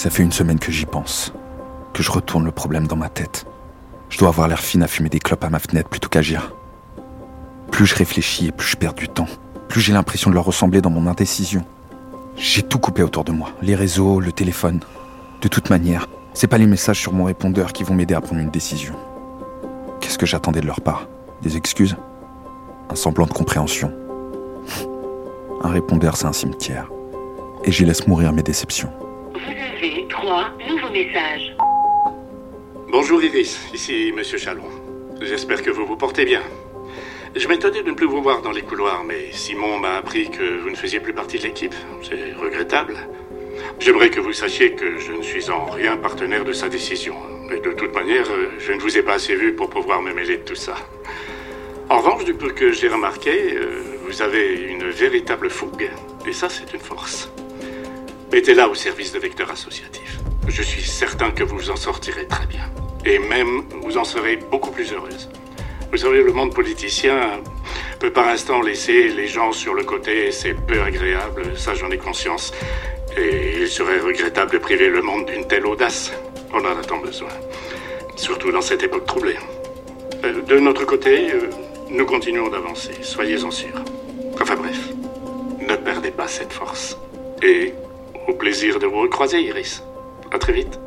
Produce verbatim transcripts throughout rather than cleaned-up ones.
Ça fait une semaine que j'y pense, que je retourne le problème dans ma tête. Je dois avoir l'air fine à fumer des clopes à ma fenêtre plutôt qu'agir. Plus je réfléchis et plus je perds du temps. Plus j'ai l'impression de leur ressembler dans mon indécision. J'ai tout coupé autour de moi. Les réseaux, le téléphone. De toute manière, c'est pas les messages sur mon répondeur qui vont m'aider à prendre une décision. Qu'est-ce que j'attendais de leur part? Des excuses? Un semblant de compréhension? Un répondeur, c'est un cimetière. Et j'y laisse mourir mes déceptions. Vous avez trois nouveaux messages. Bonjour Iris, ici Monsieur Chalon. J'espère que vous vous portez bien. Je m'étonnais de ne plus vous voir dans les couloirs, mais Simon m'a appris que vous ne faisiez plus partie de l'équipe. C'est regrettable. J'aimerais que vous sachiez que je ne suis en rien partenaire de sa décision. Mais de toute manière, je ne vous ai pas assez vu pour pouvoir me mêler de tout ça. En revanche, du peu que j'ai remarqué, vous avez une véritable fougue. Et ça, c'est une force. Mettez-la au service de Vecteur Associatif. Je suis certain que vous en sortirez très bien. Et même, vous en serez beaucoup plus heureuse. Vous savez, le monde politicien peut par instant laisser les gens sur le côté, c'est peu agréable, ça j'en ai conscience. Et il serait regrettable de priver le monde d'une telle audace. On en a tant besoin. Surtout dans cette époque troublée. De notre côté, nous continuons d'avancer, soyez-en sûrs. Enfin bref, ne perdez pas cette force. Et au plaisir de vous recroiser, Iris. À très vite.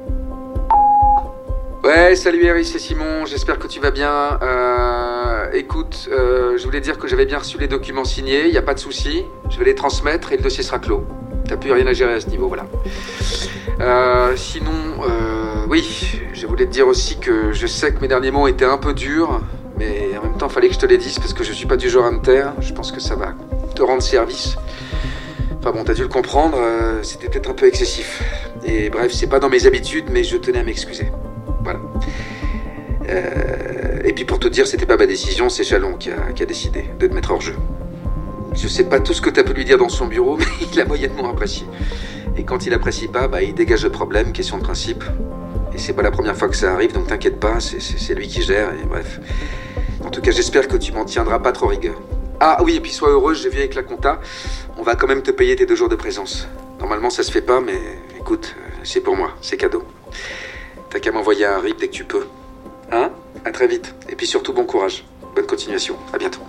Ouais, salut Iris, c'est Simon, j'espère que tu vas bien. Euh, écoute, euh, je voulais dire que j'avais bien reçu les documents signés, y a pas de souci. Je vais les transmettre et le dossier sera clos. T'as plus rien à gérer à ce niveau, voilà. Euh, sinon, euh, oui, je voulais te dire aussi que je sais que mes derniers mots étaient un peu durs, mais en même temps, fallait que je te les dise parce que je suis pas du genre à me taire. Je pense que ça va te rendre service. Enfin bon, t'as dû le comprendre, euh, c'était peut-être un peu excessif. Et bref, c'est pas dans mes habitudes, mais je tenais à m'excuser. Voilà. Euh, et puis pour te dire, c'était pas ma décision, c'est Chalon qui a, qui a décidé de te mettre hors jeu. Je sais pas tout ce que t'as pu lui dire dans son bureau, mais il a moyennement apprécié. Et quand il apprécie pas, bah il dégage le problème, question de principe. Et c'est pas la première fois que ça arrive, donc t'inquiète pas, c'est, c'est, c'est lui qui gère, et bref. En tout cas, j'espère que tu m'en tiendras pas trop rigueur. Ah oui, et puis sois heureuse, j'ai vu avec la compta, on va quand même te payer tes deux jours de présence. Normalement ça se fait pas, mais écoute, c'est pour moi, c'est cadeau. T'as qu'à m'envoyer un R I P dès que tu peux. Hein? À très vite. Et puis surtout, bon courage. Bonne continuation. À bientôt.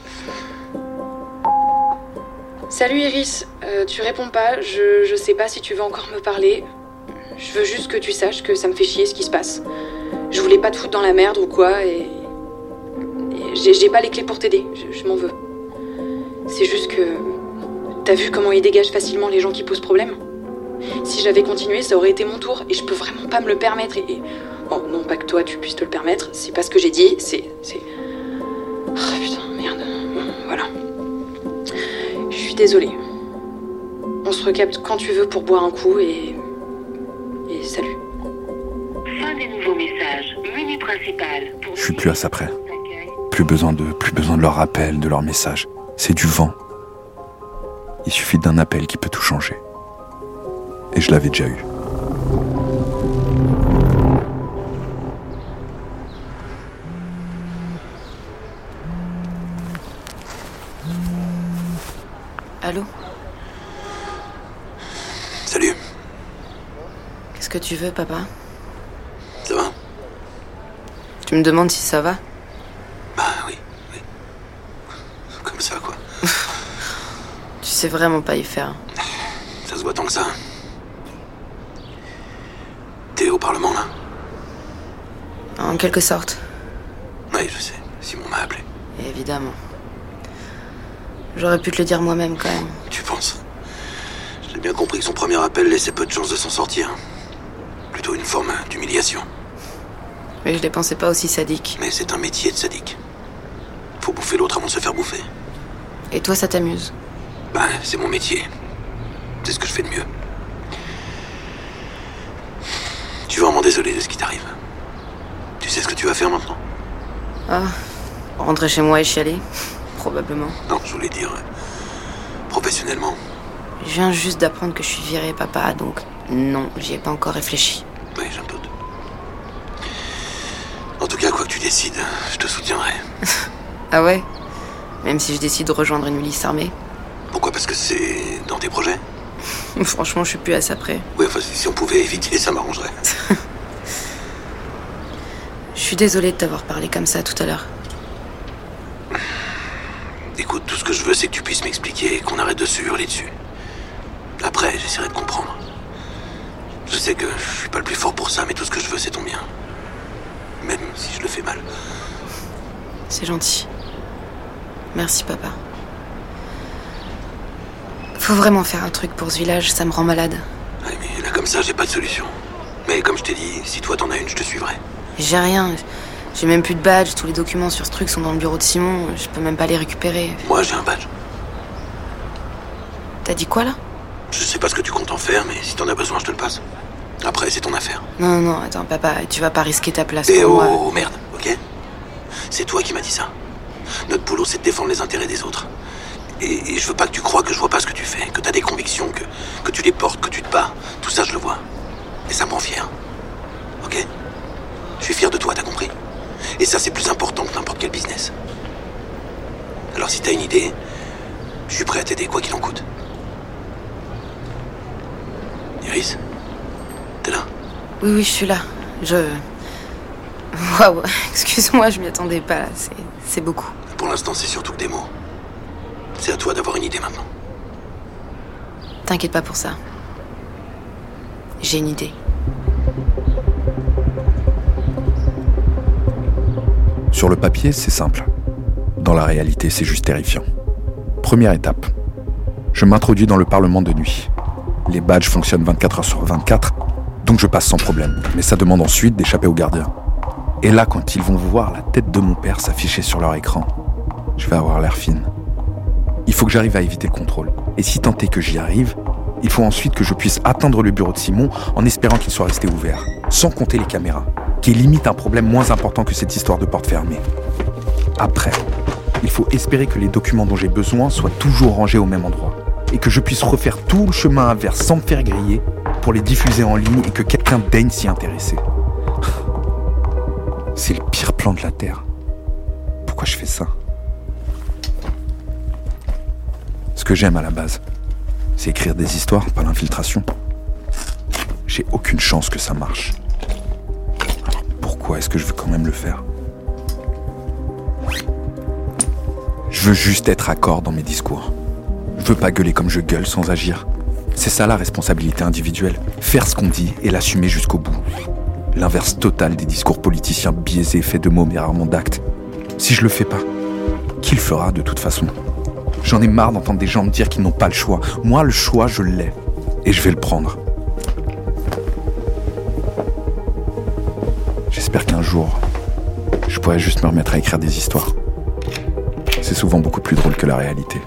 Salut Iris. Euh, tu réponds pas. Je, je sais pas si tu veux encore me parler. Je veux juste que tu saches que ça me fait chier ce qui se passe. Je voulais pas te foutre dans la merde ou quoi et... et j'ai, j'ai pas les clés pour t'aider. Je, je m'en veux. C'est juste que... T'as vu comment ils dégagent facilement les gens qui posent problème? Si j'avais continué, ça aurait été mon tour, et je peux vraiment pas me le permettre, et... et... Bon, non pas que toi tu puisses te le permettre, c'est pas ce que j'ai dit, c'est... c'est... Oh putain, merde, bon, voilà. Je suis désolée. On se recapte quand tu veux pour boire un coup, et... Et salut. Fin des nouveaux messages, menu principal. Je suis plus à ça près. Plus besoin de, plus besoin de leur rappel, de leur message. C'est du vent. Il suffit d'un appel qui peut tout changer. Et je l'avais déjà eu. Allô? Salut. Qu'est-ce que tu veux, papa? Ça va? Tu me demandes si ça va? Bah oui, oui. Comme ça, quoi. Tu sais vraiment pas y faire. Ça se voit tant que ça. T'es au Parlement, là? En quelque sorte. Oui, je sais. Simon m'a appelé. Évidemment. J'aurais pu te le dire moi-même, quand même. Tu penses? J'ai bien compris que son premier appel laissait peu de chances de s'en sortir. Plutôt une forme d'humiliation. Mais je les pensais pas aussi sadiques. Mais c'est un métier de sadique. Faut bouffer l'autre avant de se faire bouffer. Et toi, ça t'amuse? Bah, c'est mon métier. C'est ce que je fais de mieux. Je suis vraiment désolé de ce qui t'arrive. Tu sais ce que tu vas faire maintenant? Ah, rentrer chez moi et chialer? Probablement. Non, je voulais dire... euh, professionnellement. Je viens juste d'apprendre que je suis virée, papa, donc non, j'y ai pas encore réfléchi. Oui, j'en doute. En tout cas, quoi que tu décides, je te soutiendrai. Ah ouais? Même si je décide de rejoindre une milice armée? Pourquoi? Parce que c'est dans tes projets? Franchement, je suis plus à ça près. Ouais, enfin, si on pouvait éviter, ça m'arrangerait. Je suis désolée de t'avoir parlé comme ça tout à l'heure. Écoute, tout ce que je veux, c'est que tu puisses m'expliquer et qu'on arrête de se hurler dessus. Après, j'essaierai de comprendre. Je sais que je suis pas le plus fort pour ça, mais tout ce que je veux, c'est ton bien. Même si je le fais mal. C'est gentil. Merci, papa. Faut vraiment faire un truc pour ce village, ça me rend malade. Ouais, mais là, comme ça, j'ai pas de solution. Mais comme je t'ai dit, si toi t'en as une, je te suivrai. J'ai rien. J'ai même plus de badge. Tous les documents sur ce truc sont dans le bureau de Simon. Je peux même pas les récupérer. Moi, j'ai un badge. T'as dit quoi, là? Je sais pas ce que tu comptes en faire, mais si t'en as besoin, je te le passe. Après, c'est ton affaire. Non, non, attends, papa, tu vas pas risquer ta place Eh pour oh, moi. oh, merde, ok? C'est toi qui m'as dit ça. Notre boulot, c'est de défendre les intérêts des autres. Et, et je veux pas que tu crois que je vois pas ce que tu fais, que t'as des convictions, que, que tu les portes, que tu te bats. Tout ça, je le vois. Et ça me rend fier. Ok? Je suis fier de toi, t'as compris? Et ça, c'est plus important que n'importe quel business. Alors si t'as une idée, je suis prêt à t'aider, quoi qu'il en coûte. Iris? T'es là? Oui, oui, je suis là. Je... Waouh, excuse-moi, je m'y attendais pas, là. C'est, c'est beaucoup. Pour l'instant, c'est surtout que des mots. C'est à toi d'avoir une idée maintenant. T'inquiète pas pour ça. J'ai une idée. Sur le papier, c'est simple. Dans la réalité, c'est juste terrifiant. Première étape. Je m'introduis dans le Parlement de nuit. Les badges fonctionnent vingt-quatre heures sur vingt-quatre, donc je passe sans problème. Mais ça demande ensuite d'échapper aux gardiens. Et là, quand ils vont voir la tête de mon père s'afficher sur leur écran, je vais avoir l'air fine. Il faut que j'arrive à éviter le contrôle. Et si tant est que j'y arrive, il faut ensuite que je puisse atteindre le bureau de Simon en espérant qu'il soit resté ouvert, sans compter les caméras, qui est limite un problème moins important que cette histoire de porte fermée. Après, il faut espérer que les documents dont j'ai besoin soient toujours rangés au même endroit, et que je puisse refaire tout le chemin inverse sans me faire griller pour les diffuser en ligne et que quelqu'un daigne s'y intéresser. C'est le pire plan de la Terre. Pourquoi je fais ça ? Ce que j'aime à la base, c'est écrire des histoires, pas l'infiltration. J'ai aucune chance que ça marche. Pourquoi est-ce que je veux quand même le faire ? Je veux juste être accord dans mes discours. Je veux pas gueuler comme je gueule sans agir. C'est ça la responsabilité individuelle. Faire ce qu'on dit et l'assumer jusqu'au bout. L'inverse total des discours politiciens biaisés faits de mots mais rarement d'actes. Si je le fais pas, qui le fera de toute façon ? J'en ai marre d'entendre des gens me dire qu'ils n'ont pas le choix. Moi, le choix, je l'ai. Et je vais le prendre. J'espère qu'un jour, je pourrai juste me remettre à écrire des histoires. C'est souvent beaucoup plus drôle que la réalité.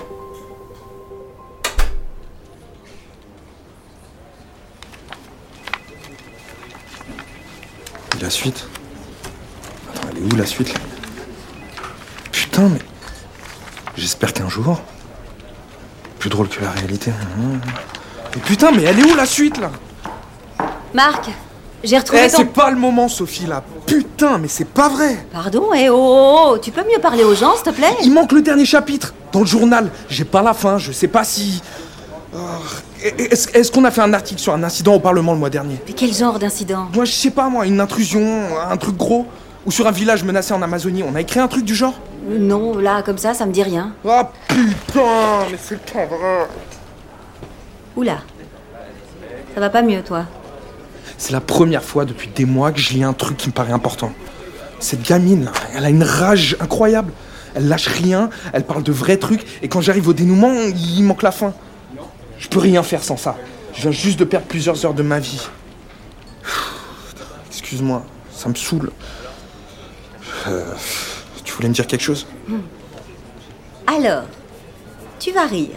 Et la suite ? Attends, elle est où la suite là ? Putain, mais... J'espère qu'un jour... Plus drôle que la réalité. Mais putain, mais elle est où la suite là ? Marc, j'ai retrouvé Eh, ton... c'est pas le moment, Sophie, là. Putain, mais c'est pas vrai. Pardon, eh oh, oh, oh, tu peux mieux parler aux gens, s'il te plaît ? Il manque le dernier chapitre. Dans le journal, j'ai pas la fin, je sais pas si... Oh, est-ce, est-ce qu'on a fait un article sur un incident au Parlement le mois dernier ? Mais quel genre d'incident ? Moi, je sais pas, moi, une intrusion, un truc gros. Ou sur un village menacé en Amazonie. On a écrit un truc du genre ? Non, là, comme ça, ça me dit rien. Oh putain, mais c'est pas vrai. Oula. Ça va pas mieux, toi ? C'est la première fois depuis des mois que je lis un truc qui me paraît important. Cette gamine, là, elle a une rage incroyable. Elle lâche rien, elle parle de vrais trucs, et quand j'arrive au dénouement, il manque la fin. Je peux rien faire sans ça. Je viens juste de perdre plusieurs heures de ma vie. Excuse-moi, ça me saoule. Euh, tu voulais me dire quelque chose ? Alors, tu vas rire.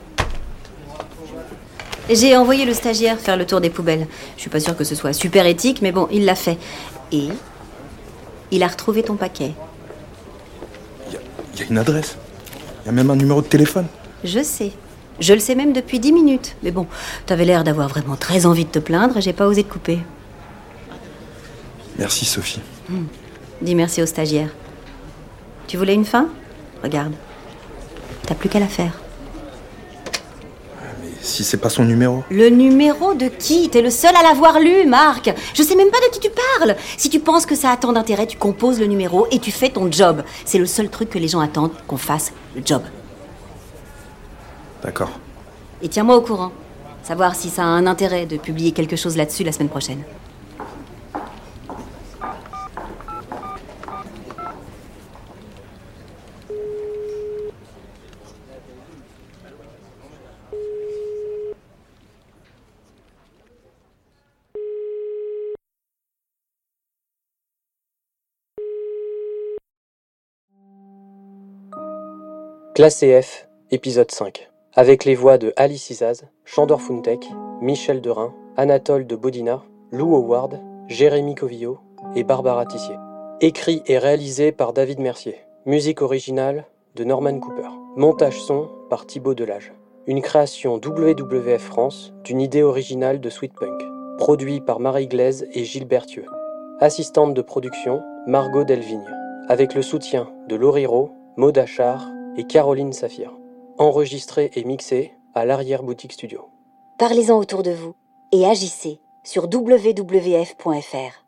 J'ai envoyé le stagiaire faire le tour des poubelles. Je suis pas sûre que ce soit super éthique, mais bon, il l'a fait. Et il a retrouvé ton paquet. Il y, y a une adresse. Il y a même un numéro de téléphone. Je sais. Je le sais même depuis dix minutes. Mais bon, t'avais l'air d'avoir vraiment très envie de te plaindre et j'ai pas osé te couper. Merci, Sophie. Hum. Dis merci au stagiaire. Tu voulais une fin ? Regarde. T'as plus qu'à la faire. Mais si c'est pas son numéro? Le numéro de qui? T'es le seul à l'avoir lu, Marc. Je sais même pas de qui tu parles. Si tu penses que ça a tant d'intérêt, tu composes le numéro et tu fais ton job. C'est le seul truc que les gens attendent, qu'on fasse le job. D'accord. Et tiens-moi au courant. Savoir si ça a un intérêt de publier quelque chose là-dessus la semaine prochaine. Classe C F, épisode cinq. Avec les voix de Alice Izaz, Chandor Funtek, Michel Derain, Anatole de Bodina, Lou Howard, Jérémy Covillo et Barbara Tissier. Écrit et réalisé par David Mercier. Musique originale de Norman Cooper. Montage son par Thibaut Delage. Une création W W F France d'une idée originale de Sweet Punk. Produit par Marie Glaise et Gilles Berthieu. Assistante de production, Margot Delvigne. Avec le soutien de Laurie Rowe, Maud Achard et Caroline Saphir. Enregistré et mixé à l'Arrière-Boutique Studio. Parlez-en autour de vous et agissez sur w w f point f r.